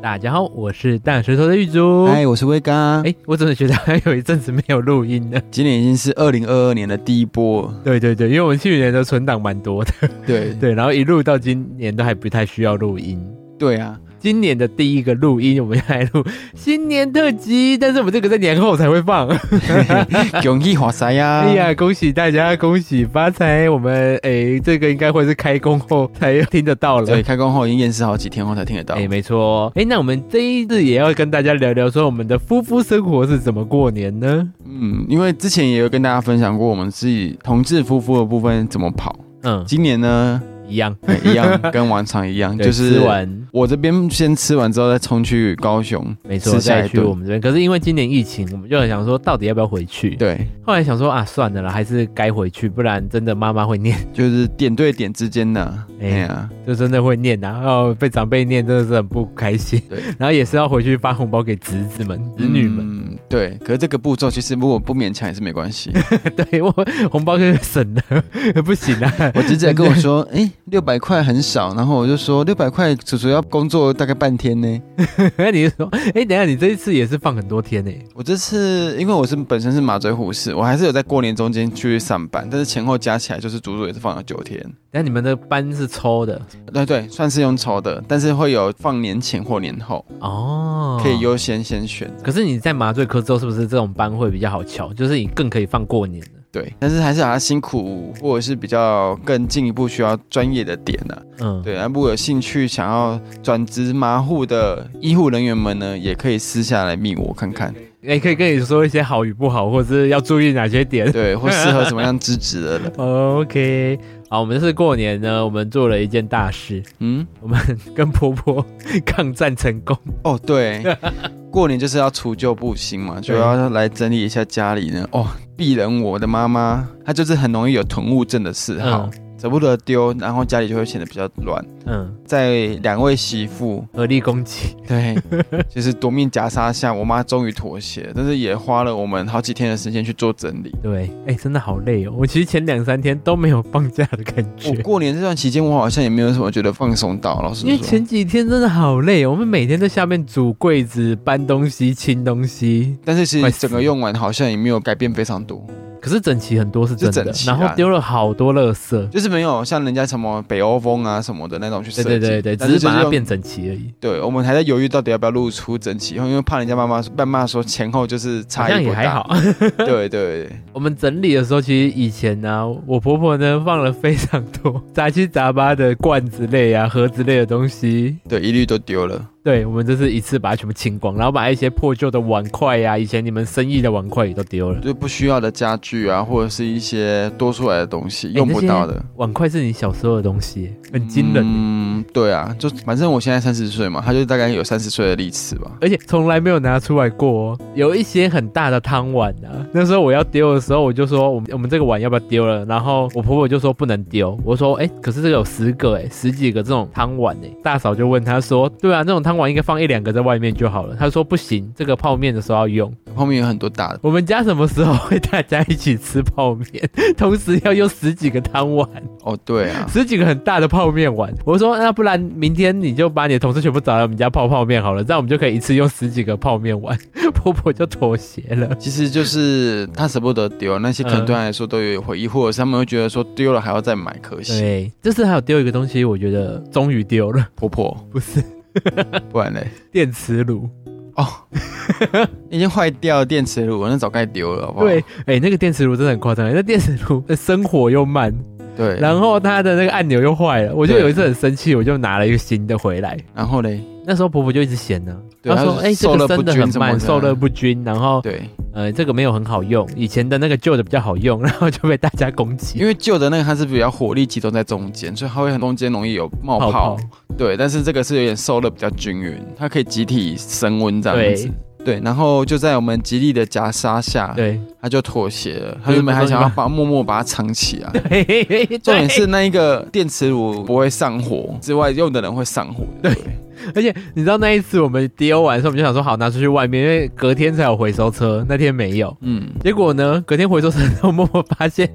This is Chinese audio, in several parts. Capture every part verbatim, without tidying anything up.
大家好，我是大舌头的玉竹。 嗨，我是威嘎。 哎，我真的觉得好像有一阵子没有录音了。 今年已经是二零二二年的第一波。 对对对，因为我们去年的存档蛮多的。 对对，然后一路到今年都还不太需要录音。 对啊。 今年的第一个录音，我们要来录新年特辑，但是我们这个在年后才会放。 恭喜发财呀！ 哎呀，恭喜大家，恭喜发财！我们哎，这个应该会是开工后才听得到了。 对，开工后已经验尸好几天后才听得到。 哎，没错。哎，那我们这一次也要跟大家聊聊说，我们的夫妇生活是怎么过年呢？ 嗯，因为之前也有跟大家分享过，我们自己同志夫妇的部分怎么跑。嗯，今年呢？ 一样一样跟往常一样，就是吃完我这边先吃完之后再冲去高雄， 没错，再去我们这边。可是因为今年疫情，我们就很想说到底要不要回去。 对， 后来想说啊，算了啦，还是该回去，不然真的妈妈会念， 就是点对点之间的，哎呀， 就真的会念啊，然后被长辈念真的是很不开心。对，然后也是要回去发红包给侄子们、侄女们。 嗯，对。可是这个步骤其实如果不勉强也是没关系。 对，我红包就是省了，不行啊。 我侄子还跟我说，哎。六百块很少，然后我就说六百块，叔叔要工作大概半天呢。 那你就说，哎，等一下，你这一次也是放很多天呢？ 我这次因为我是本身是麻醉护士，我还是有在过年中间去上班，但是前后加起来就是足足也是放了九天。 但你们的班是抽的？ 对对，算是用抽的，但是会有放年前或年后哦，可以优先先选。 可是你在麻醉科之后，是不是这种班会比较好瞧？就是你更可以放过年的。 对，但是还是把它辛苦，或者是比较更进一步需要专业的点呢、啊。嗯，对，如果有兴趣想要转职麻护的医护人员们呢，也可以私下来密我看看。 也可以跟你说一些好与不好，或者是要注意哪些点， 对，或适合什么样资质的人。 OK， 好，我们这次过年呢，我们做了一件大事，嗯，我们跟婆婆抗战成功。哦， 对，过年就是要除旧布新嘛，就要来整理一下家里呢。哦，鄙人我的妈妈，她就是很容易有囤物症的嗜好。嗯，舍不得丢，然后家里就会显得比较乱。嗯，在两位媳妇合力攻击， 对，就是夺命夹杀下，我妈终于妥协，但是也花了我们好几天的时间去做整理。 对，哎、欸，真的好累哦。我其实前两三天都没有放假的感觉。 我过年这段期间，我好像也没有什么觉得放松到，老实说。 因为前几天真的好累，我们每天在下面煮柜子、搬东西、清东西， 但是其实整个用完好像也没有改变非常多。 可是整齐很多是真的，然后丢了好多垃圾， 就是没有像人家什么北欧风啊什么的那种去设计，对对对对，只是把它变整齐而已。 对，我们还在犹豫到底要不要露出整齐，因为怕人家妈妈谩骂说前后就是差异不大。好像也还好。对对对， 我们整理的时候，其实以前呢、啊，我婆婆呢放了非常多杂七杂八的罐子类啊、盒子类的东西， 对，一律都丢了。 对，我们这是一次把它全部清光，然后把一些破旧的碗筷呀、啊，以前你们生意的碗筷也都丢了， 就不需要的家具啊，或者是一些多出来的东西，用不到的。 碗筷是你小时候的东西，很惊人。 嗯，对啊，就反正我现在三十岁嘛，他就大概有三十岁的历史吧， 而且从来没有拿出来过哦。有一些很大的汤碗啊，那时候我要丢的时候，我就说我们我们这个碗要不要丢了？然后我婆婆就说不能丢，我说哎，可是这个有十个哎，十几个这种汤碗哎，大嫂就问他说，对啊，这种汤碗应该放一两个在外面就好了。他说不行，这个泡面的时候要用。 泡面有很多大的。 我们家什么时候会大家一起吃泡面，同时要用十几个汤碗？ 哦，对啊， 十几个很大的泡面碗。我说那不然明天你就把你的同事全部找来我们家泡泡面好了，这样我们就可以一次用十几个泡面碗。婆婆就妥协了。 其实就是他舍不得丢，那些可能对他来说都有回忆，嗯、或者是他们会觉得说丢了还要再买，可惜。 对，这次还有丢一个东西，我觉得终于丢了。 婆婆不是。 不然嘞， 电磁炉哦，已经坏掉电磁炉，那早该丢了，好不好？ 对，哎、欸，那个电磁炉真的很夸张，那电磁炉的生火又慢， 对， 然后它的那个按钮又坏了，我就有一次很生气，我就拿了一个新的回来， 然后嘞， 那时候婆婆就一直嫌呢、啊，她说：“哎、欸，这个生的很慢，受热不均，然后对， 呃，这个没有很好用，以前的那个旧的比较好用，然后就被大家攻击。 因为旧的那个它是比较火力集中在中间，所以它会很中间容易有冒泡，泡泡对，但是这个是有点受热比较均匀，它可以集体升温这样子。”对，然后就在我们极力的夹杀下，对，他就妥协了。他原本还想要把默默把它藏起来。对，重点是那一个电磁炉不会上火之外，用的人会上火。对， 对而且你知道那一次我们丢完的时候，我们就想说好拿出去外面，因为隔天才有回收车，那天没有。嗯，结果呢，隔天回收车我默默发现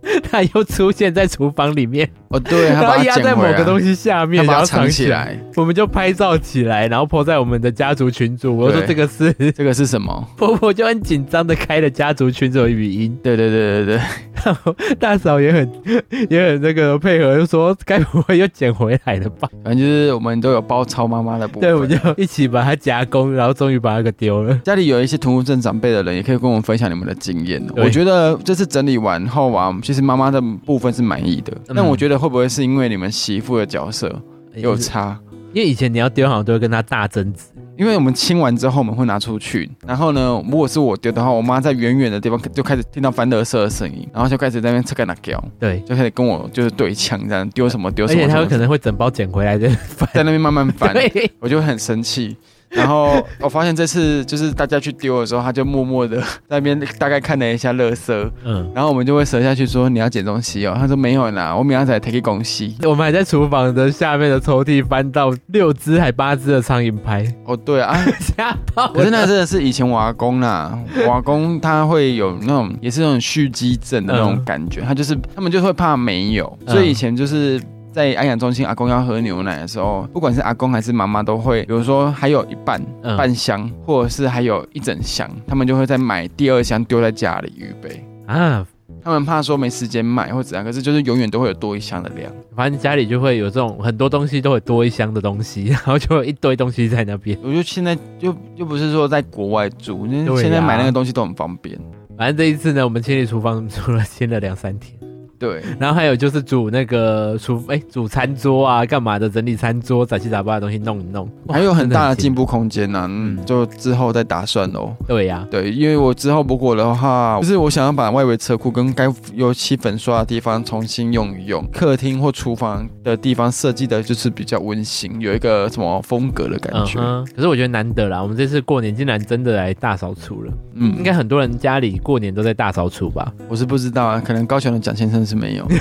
他又出现在厨房里面。 哦，对，他把它压在某个东西下面， 然后藏起来。 我们就拍照起来，然后 po 在我们的家族群组。我说这个是这个是什么？ 婆婆就很紧张的开了家族群组语音。 对对对对对。 然后大嫂也很也很那个配合，就说该不会又捡回来了吧？ 反正就是我们都有包超妈妈的部分。 对，我们就一起把它加工，然后终于把它给丢了。 家里有一些囤物症长辈的人，也可以跟我们分享你们的经验。我觉得这次整理完后啊，其实妈妈的部分是满意的，嗯、但我觉得会不会是因为你们媳妇的角色有差？ 因为以前你要丢，好像都会跟他大争执。 因为我们清完之后，我们会拿出去，然后呢，如果是我丢的话，我妈在远远的地方就开始听到翻垃圾的声音，然后就开始在那边吃干哪胶，对，就开始跟我就是对枪，这样丢什么丢什么， 而且她有可能会整包捡回来的， 在那边慢慢翻，我就会很生气。然后我发现这次就是大家去丢的时候，他就默默的在那边大概看了一下垃圾，嗯，然后我们就会折下去说你要捡东西哦，他说没有啦，我明天才take去公司。我们还在厨房的下面的抽屉翻到六只还八只的苍蝇拍。哦，对啊，吓到了。可是那真的是以前我阿公啦，我阿公他会有那种也是那种蓄积症的那种感觉，嗯、他就是他们就会怕没有，所以以前就是。在安养中心，阿公要喝牛奶的时候，不管是阿公还是妈妈都会，比如说还有一半、嗯、半箱，或者是还有一整箱，他们就会再买第二箱丢在家里预备啊。他们怕说没时间买或怎样，可是就是永远都会有多一箱的量。反正家里就会有这种很多东西都会多一箱的东西，然后就有一堆东西在那边。我觉得现在就又不是说在国外住，现在买那个东西都很方便。反正这一次呢，我们清理厨房除了清了两三天。对，然后还有就是煮那个厨哎煮餐桌啊，干嘛的，整理餐桌，杂七杂八的东西弄一弄，还有很大的进步空间啊，嗯，就之后再打算咯。对呀、啊，对，因为我之后如果的话，就是我想要把外围车库跟该油漆粉刷的地方重新用一用，客厅或厨房的地方设计的就是比较温馨，有一个什么风格的感觉。嗯、可是我觉得难得啦，我们这次过年竟然真的来大扫除了。嗯，应该很多人家里过年都在大扫除吧？我是不知道啊，可能高雄的蒋先生是没有。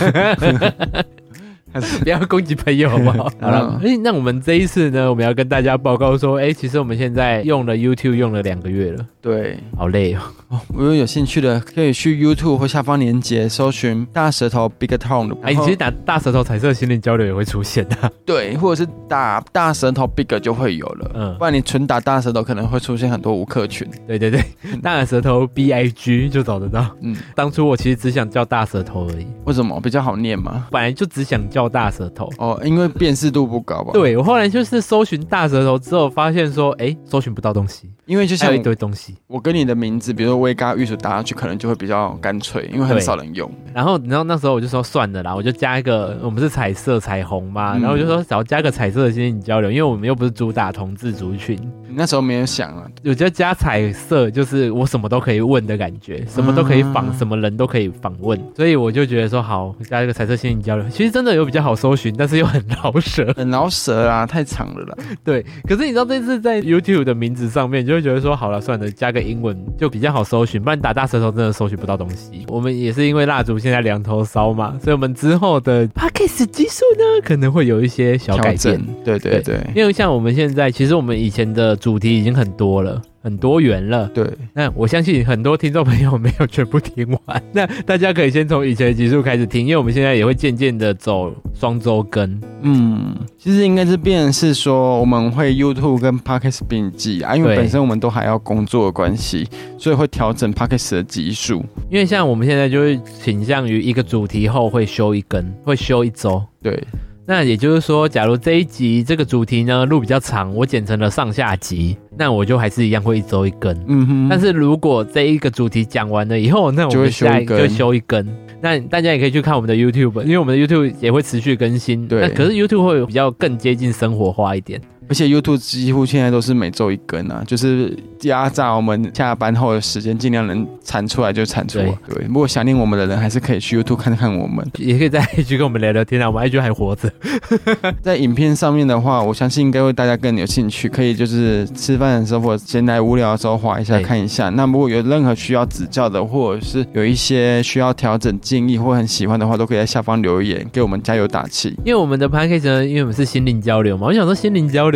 不要攻击朋友好不好？好了，嗯、那我们这一次呢，我们要跟大家报告说，哎，其实我们现在用了 YouTube 用了两个月了。对，好累哦。哦，如果有兴趣的，可以去 YouTube 或下方连结搜寻大舌头 Big Tone。哎，你其实打大舌头彩色心灵交流也会出现的。对，或者是打大舌头 Big 就会有了。嗯，不然你纯打大舌头可能会出现很多无客群。对对对，大舌头 B I G 就找得到。嗯，当初我其实只想叫大舌头而已。为什么？比较好念嘛。本来就只想叫大舌头。哦，因为辨识度不高吧。对，我后来就是搜寻大舌头之后，发现说，哎，搜寻不到东西。因为就像一堆东西，我跟你的名字，比如说威嘎玉鼠打上去，可能就会比较干脆，因为很少人用。然后，然后那时候我就说算了啦，我就加一个，我们是彩色彩虹嘛，嗯、然后我就说只要加个彩色的心灵交流，因为我们又不是主打同志族群。你那时候没有想啊？我觉得加彩色就是我什么都可以问的感觉，什么都可以访，嗯、什么人都可以访问，所以我就觉得说好，加一个彩色心灵交流，其实真的有比较好搜寻，但是又很饶舌，很饶舌啊，太长了啦。对，可是你知道这次在 YouTube 的名字上面，就会觉得说好了，算了，加个英文就比较好搜寻，不然打大舌头真的搜寻不到东西。我们也是因为蜡烛现在两头烧嘛，所以我们之后的 Podcast 集数呢可能会有一些小改变。对对 对, 对，因为像我们现在，其实我们以前的主题已经很多了。很多元了，对。那我相信很多听众朋友没有全部听完，那大家可以先从以前的集数开始听，因为我们现在也会渐渐的走双周更。嗯，其实应该是变成是说我们会 YouTube 跟 Podcast 并记啊，因为本身我们都还要工作的关系，所以会调整 Podcast 的集数。因为像我们现在就会倾向于一个主题后会休一更，会休一周。对。那也就是说，假如这一集这个主题呢录比较长，我剪成了上下集，那我就还是一样会一周一更。嗯哼。但是如果这一个主题讲完了以后，那我们下一个就会休一更。那大家也可以去看我们的 YouTube， 因为我们的 YouTube 也会持续更新。对。那可是 YouTube 会比较更接近生活化一点。而且 YouTube 几乎现在都是每周一更啊，就是压榨我们下班后的时间，尽量能产出来就产出来。对，对，如果想念我们的人，还是可以去 YouTube 看看我们，也可以在 I G 跟我们聊聊天啊，我们 I G 还活着。在影片上面的话，我相信应该会大家更有兴趣，可以就是吃饭的时候或者闲来无聊的时候滑一下看一下。那如果有任何需要指教的，或者是有一些需要调整建议或很喜欢的话，都可以在下方留言给我们加油打气。因为我们的 Podcast 呢，因为我们是心灵交流嘛，我想说心灵交流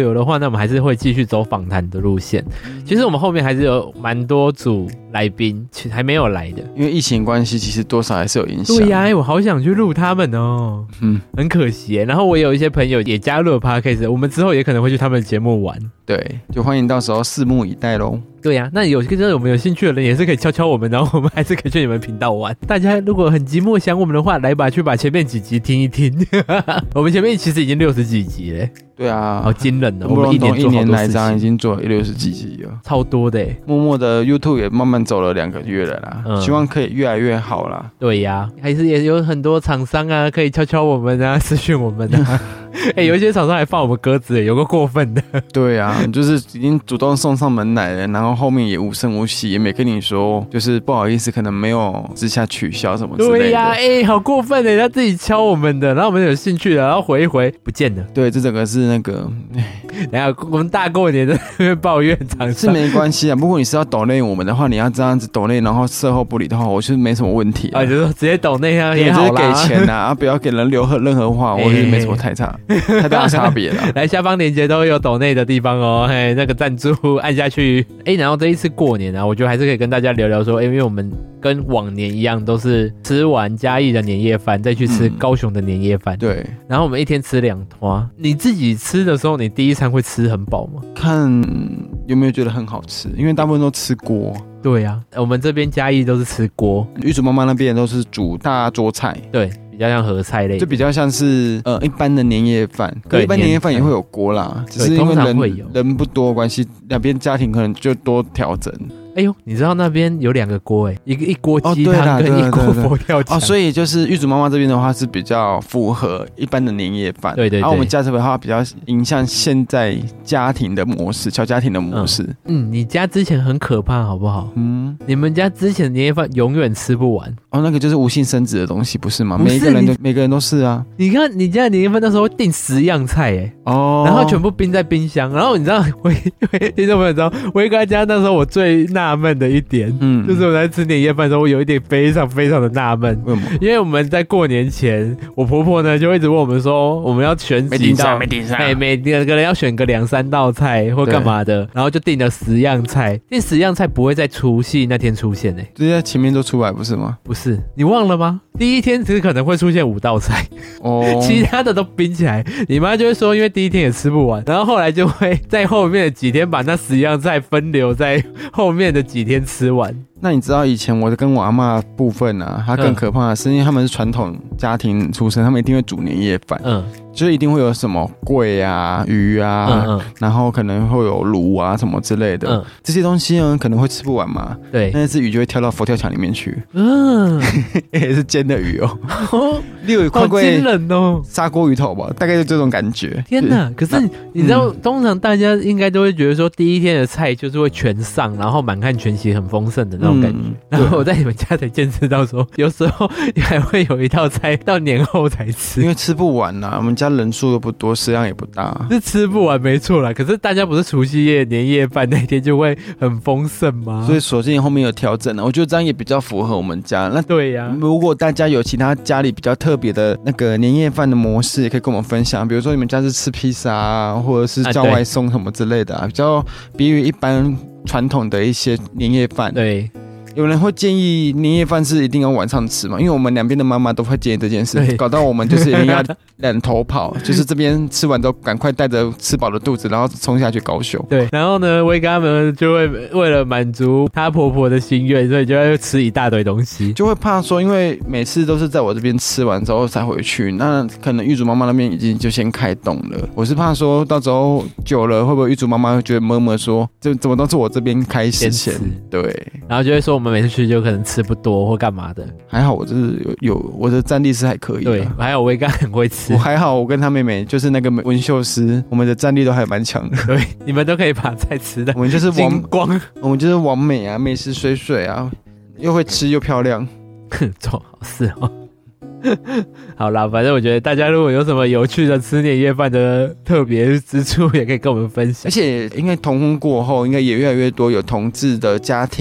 流的话，那我们还是会继续走访谈的路线。其实我们后面还是有蛮多组来宾其实还没有来的， 因为疫情关系，其实多少还是有影响。 对呀、啊，我好想去录他们哦，嗯，很可惜耶。然后我有一些朋友也加入了 Podcast， 我们之后也可能会去他们的节目玩。 对，就欢迎到时候拭目以待咯。 对呀、啊，那有跟我们有兴趣的人也是可以敲敲我们，然后我们还是可以去你们频道玩。大家如果很寂寞想我们的话，来吧，去把前面几集听一听。我们前面其实已经六十几集了。 对啊， 好惊人哦！ 我们一年一年来这样已经做了六十几集了， 超多的耶。 默默的 YouTube 也慢慢走了两个月了啦、嗯，希望可以越来越好啦。 对呀、啊，还是也有很多厂商啊，可以敲敲我们啊，私讯我们啊。哎、欸，有一些厂商还放我们鸽子，有个过分的。对啊，就是已经主动送上门来了，然后后面也无声无息，也没跟你说，就是不好意思，可能没有之下取消什么之类的。 对呀、啊，哎、欸，好过分哎，他自己敲我们的，然后我们有兴趣的，然后回一回不见了。 对，这整个是那个， 等一下我们大过年的抱怨厂商是没关系啊。如果你是要抖内我们的话，你要这样子抖内，然后售后不理的话，我觉得没什么问题啊。 啊，就是直接抖内啊也好啦， 就是给钱啊，不要给人留任何话，我觉得没什么太差。太大的差别了。 来，下方链接都有抖内的地方哦，嘿，那个赞助按下去。哎、欸，然后这一次过年啊，我觉得还是可以跟大家聊聊说，欸、因为我们跟往年一样，都是吃完嘉义的年夜饭，再去吃高雄的年夜饭、嗯。对，然后我们一天吃两团。你自己吃的时候，你第一餐会吃很饱吗？ 看有没有觉得很好吃，因为大部分都吃锅。 对啊，我们这边嘉义都是吃锅， 玉竹妈妈那边都是煮大桌菜。 对。比较像合菜类， 就比较像是呃一般的年夜饭，可一般年夜饭也会有锅啦，只是因为人人不多关系，两边家庭可能就多调整。 哎呦，你知道那边有两个锅哎，一个一锅鸡汤跟一锅佛跳墙哦，所以就是玉竹妈妈这边的话是比较符合一般的年夜饭， 对对对。 然后我们家这边的话比较影响现在家庭的模式，小家庭的模式。 嗯，嗯你家之前很可怕好不好？嗯，你们家之前的年夜饭永远吃不完哦，那个就是无性生殖的东西不是吗？每一个人都每个人都是啊。 你看你家的年夜饭那时候会订十样菜哎，哦，然后全部冰在冰箱，然后你知道我听众朋友知道，我一个家那时候我最纳闷的一点，嗯，就是我在吃年夜饭的时候，我有一点非常非常的纳闷，为什么？因为我们在过年前，我婆婆呢就一直问我们说，我们要选几道， 没订上， 哎，每个人要选个两三道菜或干嘛的，然后就订了十样菜，订十样菜不会在除夕那天出现哎、欸， 这些前面都出来不是吗？ 不是，你忘了吗？第一天只可能会出现五道菜，哦，其他的都冰起来。你妈就会说，因为第一天也吃不完，然后后来就会在后面的几天把那十样菜分流在后面的几天吃完。 那你知道以前我跟我阿嬷部分啊，她更可怕的是，因为他们是传统家庭出身，他们一定会煮年夜饭，嗯，就一定会有什么桂啊、鱼啊，嗯嗯，然后可能会有卤啊什么之类的，嗯，这些东西呢可能会吃不完嘛，对，那只鱼就会跳到佛跳墙里面去，嗯，也是煎的鱼哦，哦，六鱼块桂， 好惊人哦， 砂锅鱼头吧，大概就这种感觉。 天哪！可是你知道，嗯，通常大家应该都会觉得说，第一天的菜就是会全上，然后满汉全席很丰盛的那种。感觉，嗯，然后我在你们家才见识到说，有时候还会有一道菜到年后才吃， 因为吃不完啦。我们家人数又不多，食量也不大， 是吃不完没错啦。可是大家不是除夕夜年夜饭那天就会很丰盛吗？ 所以索性后面有调整了，我觉得这样也比较符合我们家。那对呀，啊， 如果大家有其他家里比较特别的那个年夜饭的模式，也可以跟我们分享。比如说你们家是吃披萨啊，或者是叫外送什么之类的啊，比较比于一般传统的一些年夜饭。对。有人会建议年夜饭是一定要晚上吃嘛？因为我们两边的妈妈都会建议这件事，搞到我们就是一定要两头跑，就是这边吃完之后赶快带着吃饱的肚子，然后冲下去高雄。 对，然后呢，威哥他们就会为了满足她婆婆的心愿，所以就会吃一大堆东西， 就会怕说，因为每次都是在我这边吃完之后才回去，那可能玉竹妈妈那边已经就先开动了。我是怕说到时候久了，会不会玉竹妈妈会觉得闷闷说，就怎么都是我这边开始先，对， 然后就会说。我们每次去就可能吃不多或干嘛的， 还好我就是有有我的战力是还可以的， 对，还有我也刚很会吃， 我还好，我跟他妹妹就是那个文秀师，我们的战力都还蛮强的， 对，你们都可以把菜吃的， 我们就是精光， 我们就是完美啊，美食水水啊，又会吃又漂亮， 做好事哦。好啦，反正我觉得大家如果有什么有趣的吃年夜饭的特别之处，也可以跟我们分享。 而且应该同婚过后，应该也越来越多有同志的家庭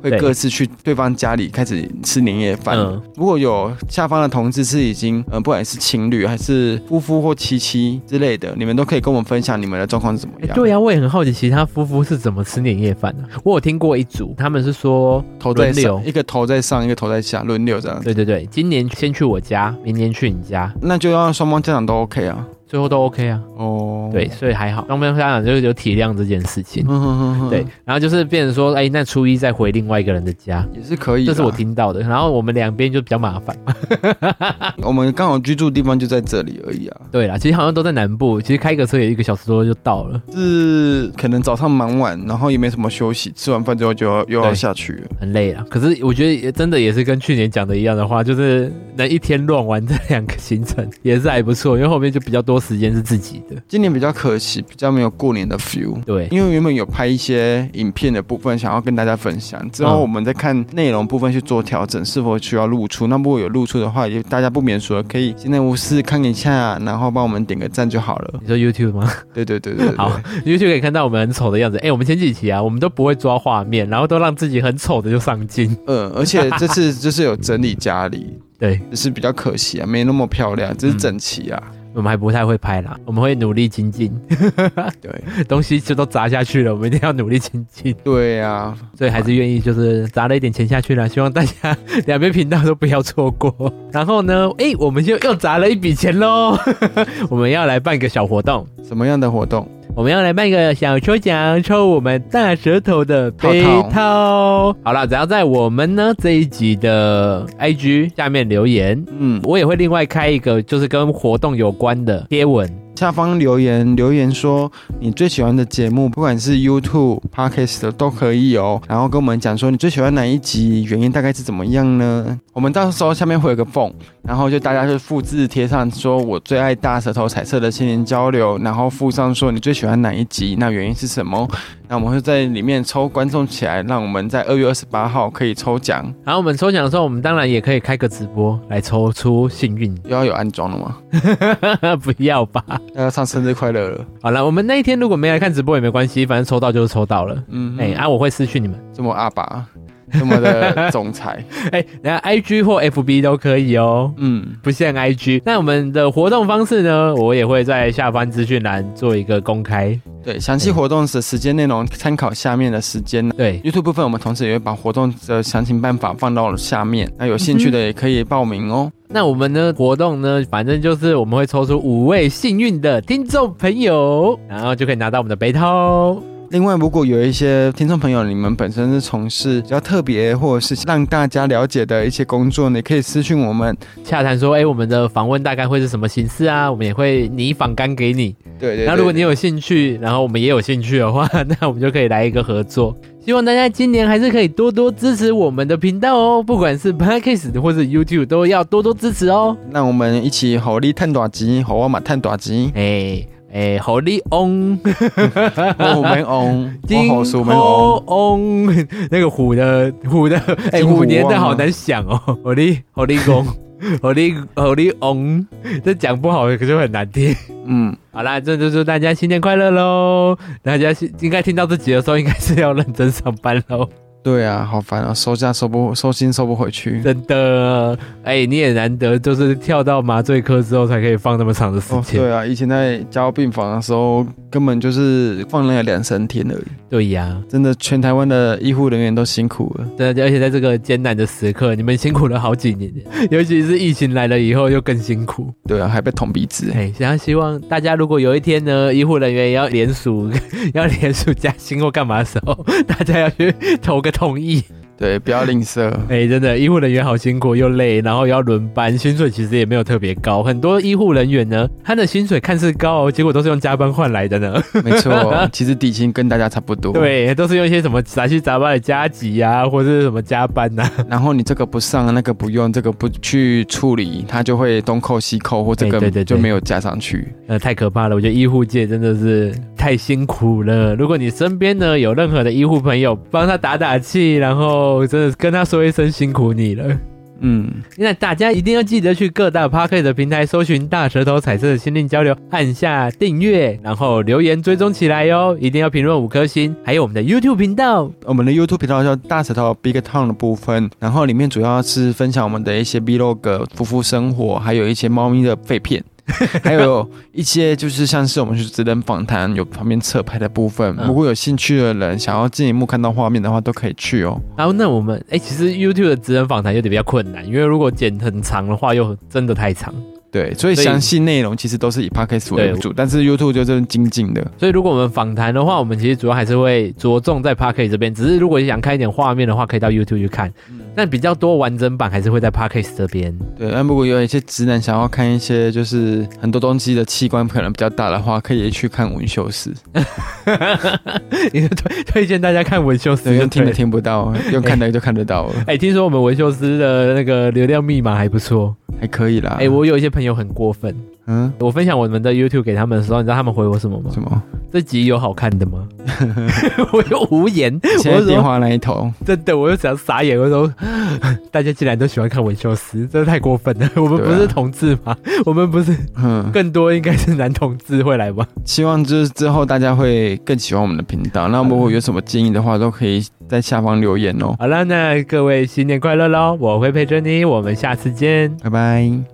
会各自去对方家里开始吃年夜饭。嗯，如果有下方的同志是已经呃不管是情侣还是夫妇或妻妻之类的，你们都可以跟我们分享你们的状况是怎么样。 欸、对呀、啊，我也很好奇其他夫妇是怎么吃年夜饭的、啊。我有听过一组，他们是说头在上，一个头在上，一个头在下，轮流这样。 对对对，今年先去我家，明年去你家， 那就让双方家长都 OK 啊。 最后都 OK 啊， 哦， 对，所以还好，双方家长就有体谅这件事情，嗯哼哼哼对，然后就是变成说，哎，那初一再回另外一个人的家也是可以， 这是我听到的，然后我们两边就比较麻烦， 我们刚好居住的地方就在这里而已啊， 对啦，其实好像都在南部，其实开个车也一个小时多就到了， 是可能早上忙完，然后也没什么休息，吃完饭之后就要又要下去了， 很累啦。可是我觉得真的也是跟去年讲的一样的话，就是能一天乱完这两个行程也是还不错，因为后面就比较多时间是自己。 今年比较可惜，比较没有过年的 feel。 对， 因为原本有拍一些影片的部分，想要跟大家分享。之后我们再看内容部分去做调整，是否需要露出。那如果有露出的话，也大家不免说可以现在无事看一下，然后帮我们点个赞就好了。 你说 YouTube 吗？ 对对对 对, 对。 好 ，YouTube 可以看到我们很丑的样子。哎、欸，我们前几期啊，我们都不会抓画面，然后都让自己很丑的就上镜。 嗯，而且这次就是有整理家里， 对， 只是比较可惜啊，没那么漂亮，只是整齐啊。嗯， 我们还不太会拍啦，我们会努力精进。对，东西就都砸下去了，我们一定要努力精进。 对啊， 所以还是愿意就是砸了一点钱下去了，希望大家两边频道都不要错过。然后呢，哎、欸，我们就又砸了一笔钱咯。我们要来办个小活动。 什么样的活动？ 我们要来办个小抽奖，抽我们大舌头的杯套。好了，只要在我们呢这一集的 I G 下面留言，嗯，我也会另外开一个就是跟活动有关的贴文。 下方留言留言说你最喜欢的节目，不管是 YouTube、Podcast 都可以哦。然后跟我们讲说你最喜欢哪一集，原因大概是怎么样呢？我们到时候下面会有个缝，然后就大家就复制贴上说我最爱大舌头彩色的心灵交流，然后附上说你最喜欢哪一集，那原因是什么？那我们会在里面抽观众起来，让我们在二月二十八号可以抽奖。 然后我们抽奖的时候，我们当然也可以开个直播来抽出幸运。 又要有安装了吗？ 不要吧。 要唱生日快乐了。 好了，我们那一天如果没来看直播也没关系，反正抽到就是抽到了。嗯，哎、欸、啊，我会私讯你们。 这么阿爸，这么的总裁。 哎、欸，等下 I G 或 F B 都可以哦。嗯，不限 I G。那我们的活动方式呢，我也会在下方资讯栏做一个公开。 对，详细活动的时间内容参考下面的时间。 对 ，YouTube 部分我们同时也会把活动的详情办法放到下面，那有兴趣的也可以报名哦。嗯， 那我们呢活动呢，反正就是我们会抽出五位幸运的听众朋友，然后就可以拿到我们的杯套。 另外，如果有一些听众朋友，你们本身是从事比较特别或者是让大家了解的一些工作，你可以私讯我们洽谈说，哎、欸，我们的访问大概会是什么形式啊？我们也会拟访纲给你。 对 对, 对。 然后如果你有兴趣，然后我们也有兴趣的话，那我们就可以来一个合作。希望大家今年还是可以多多支持我们的频道哦，不管是 Podcast 或是 YouTube 都要多多支持哦。 那我们一起好力探大钱，好我嘛探大钱。 哎。诶，好你 on， 我们 on， 金虎 on， 那个虎的虎的，哎、欸，虎年的好难想哦。好你好你 on， 好你好你 on， 这讲不好可就很难听。嗯，好啦，这就祝大家新年快乐喽！大家应该听到这集的时候，应该是要认真上班喽。 对啊，好烦啊，收假收不收心收不回去， 真的。哎、欸，你也难得就是跳到麻醉科之后才可以放那么长的时间、哦。 对啊，以前在加护病房的时候，根本就是放了两三天而已。 对呀、啊， 真的，全台湾的医护人员都辛苦了。 对，而且在这个艰难的时刻，你们辛苦了好几年，尤其是疫情来了以后，又更辛苦。 对啊，还被捅鼻子。 哎，想要希望大家如果有一天呢，医护人员也要联署，要联署加薪或干嘛的时候，大家要去投个同意。 对，不要吝啬。 哎、欸，真的，医护人员好辛苦又累，然后又要轮班，薪水其实也没有特别高。很多医护人员呢，他的薪水看似高，结果都是用加班换来的呢。 没错，其实底薪跟大家差不多。 对，都是用一些什么杂七杂八的加急啊，或者是什么加班啊。 然后你这个不上，那个不用，这个不去处理，他就会东扣西扣，或这个就没有加上去。欸、对对对呃，太可怕了！我觉得医护界真的是太辛苦了。如果你身边呢有任何的医护朋友，帮他打打气，然后真的跟他说一声辛苦你了。 嗯，那大家一定要记得去各大 Podcast 的平台搜寻大舌头彩色的心灵交流，按下订阅，然后留言追踪起来哟，一定要评论五颗星。还有我们的 YouTube 频道， 我们的 YouTube 频道叫大舌头 Big Town 的部分，然后里面主要是分享我们的一些 Vlog、夫妇生活，还有一些猫咪的废片。还有一些就是像是我们去职人访谈有旁边侧拍的部分、嗯、如果有兴趣的人想要进一步看到画面的话都可以去哦。 然后那我们哎、欸，其实 YouTube 的职人访谈有点比较困难，因为如果剪很长的话又真的太长。 对，所以详细内容其实都是以 Podcast 为主，但是 YouTube 就真的精进的。 所以如果我们访谈的话，我们其实主要还是会着重在 Podcast 这边，只是如果想看一点画面的话，可以到 YouTube 去看。嗯、但比较多完整版还是会在 Podcast 这边。 对，但如果有一些直男想要看一些就是很多东西的器官可能比较大的话，可以去看文秀师。 你推推荐大家看文秀师， 用听的听不到，用看的就看得到了。 哎、欸欸，听说我们文秀师的那个流量密码还不错， 还可以啦。 哎、欸，我有一些朋友很过分。嗯，我分享我们的 YouTube 给他们的时候，你知道他们回我什么吗？ 什么？ 这集有好看的吗？我又无言。 现在电话那一头， 真的，我又想傻眼。我说，大家既然都喜欢看文秀师，真的太过分了。我们不是同志吗？啊、我们不是，嗯，更多应该是男同志会来吧？ 希望就是之后大家会更喜欢我们的频道。那如果有什么建议的话，都可以在下方留言哦。 好了，那各位新年快乐喽！我会陪着你，我们下次见， 拜拜。